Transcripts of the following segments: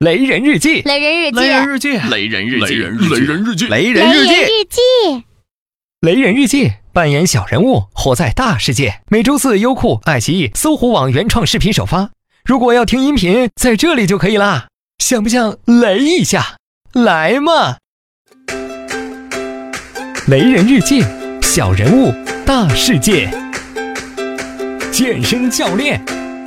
雷人日记， 雷人日记， 雷人日记， 雷人日记， 雷人日记， 雷人日记， 雷人日记，扮演小人物，活在大世界。每周四优酷、爱奇艺、搜狐网原创视频首发。如果要听音频，在这里就可以啦。想不想雷一下？来嘛！雷人日记，小人物，大世界。健身教练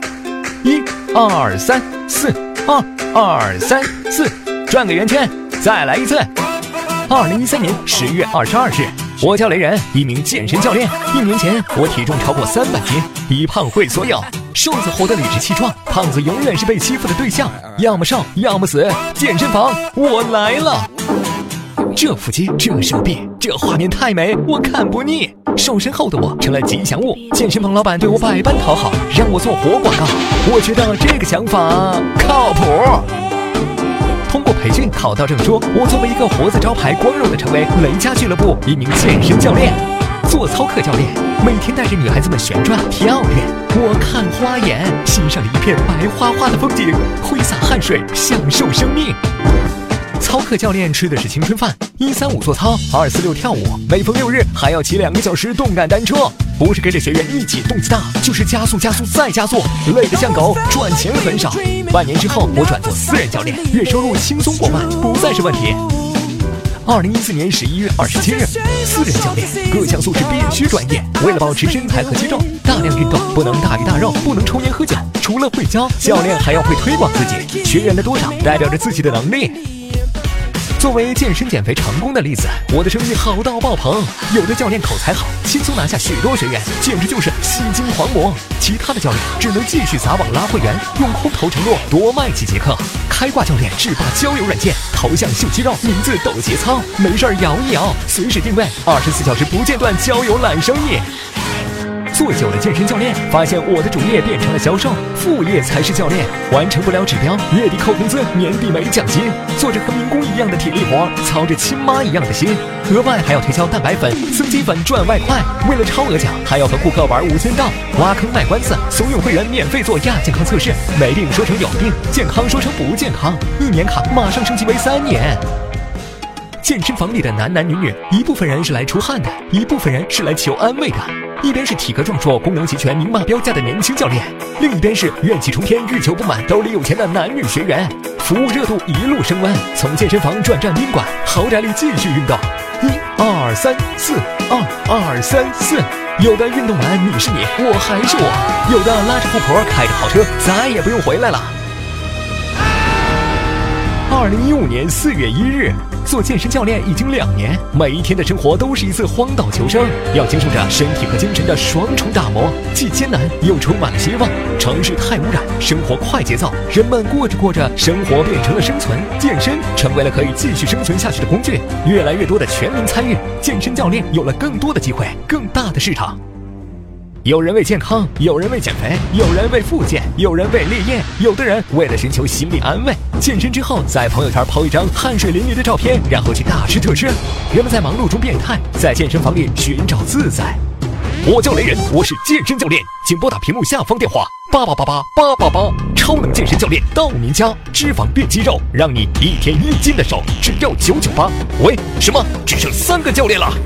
，1、2、3、4，2、2、3、4，转个圆圈，再来一次。2013年10月22日，我叫雷人，一名健身教练。1年前，我体重超过300斤，一胖会所有，瘦子活得理直气壮，胖子永远是被欺负的对象，要么瘦，要么死。健身房，我来了。这腹肌，这手臂，这画面太美，我看不腻。瘦身后的我成了吉祥物，健身房老板对我百般讨好，让我做活广告。我觉得这个想法靠谱。通过培训考到证书，我作为一个活字招牌，光荣的成为雷家俱乐部一名健身教练。做操课教练，每天带着女孩子们旋转跳跃，我看花眼，欣赏了一片白花花的风景，挥洒汗水，享受生命。操课教练吃的是青春饭，135做操，246跳舞，每逢6日还要骑2个小时动感单车，不是跟着学员一起动次大，就是加速加速再加速，累得像狗，赚钱很少。半年之后，我转做私人教练，月收入轻松过万，不再是问题。2014年11月27日，私人教练各项素质必须专业。为了保持身材和肌肉，大量运动，不能大鱼大肉，不能抽烟喝酒。除了会教，教练还要会推广自己，学员的多少代表着自己的能力。作为健身减肥成功的例子，我的生意好到爆棚。有的教练口才好，轻松拿下许多学员，简直就是吸金狂魔。其他的教练只能继续撒网拉会员，用空头承诺多卖几节课。开挂教练制霸交友软件，头像秀肌肉，名字抖节操，没事摇一摇，随时定位，24小时不间断交友揽生意。做久了健身教练，发现我的主业变成了销售，副业才是教练。完成不了指标，月底扣工资，年底没奖金。做着和民工一样的体力活，操着亲妈一样的心。额外还要推销蛋白粉、增肌粉赚外快。为了超额奖，还要和顾客玩无间道，挖坑卖官司。怂恿会员免费做亚健康测试，没病说成有病，健康说成不健康。1年卡马上升级为3年。健身房里的男男女女，一部分人是来出汗的，一部分人是来求安慰的。一边是体格壮硕、功能齐全、明码标价的年轻教练，另一边是怨气冲天、日求不满、兜里有钱的男女学员。服务热度一路升温，从健身房转战宾馆，豪宅里继续运动。1、2、3、4，2、2、3、4。有的运动完你是你，我还是我；有的拉着富婆开着豪车，再也不用回来了。2015年4月1日，做健身教练已经2年，每一天的生活都是一次荒岛求生，要经受着身体和精神的双重打磨，既艰难又充满了希望。城市太污染，生活快节奏，人们过着过着，生活变成了生存，健身成为了可以继续生存下去的工具。越来越多的全民参与，健身教练有了更多的机会，更大的市场。有人为健康，有人为减肥，有人为复健，有人为烈焰，有的人为了寻求心理安慰。健身之后，在朋友圈抛一张汗水淋漓的照片，然后去大吃特吃。人们在忙碌中变态，在健身房里寻找自在。我叫雷人，我是健身教练，请拨打屏幕下方电话88888888，超能健身教练到您家，脂肪变肌肉，让你1天1斤的瘦，只要998。喂，什么？只剩3个教练了？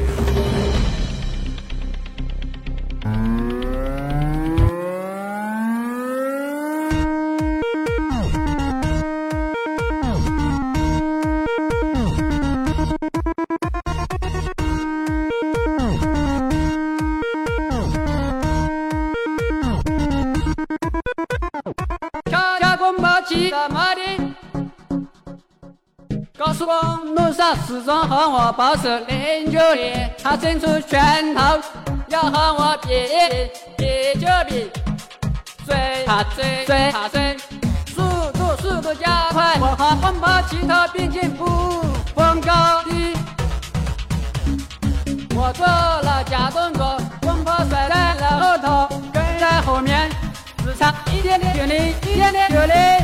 怎么的？告诉我，路上始终和我保持零距离，他伸出拳头要和我比，比就比，追他追，追他追，速度加快，我和奔跑齐头并进，不分高低。我做了假动作，奔跑甩在了后头，跟在后面，只差一点点距离，一点点距离。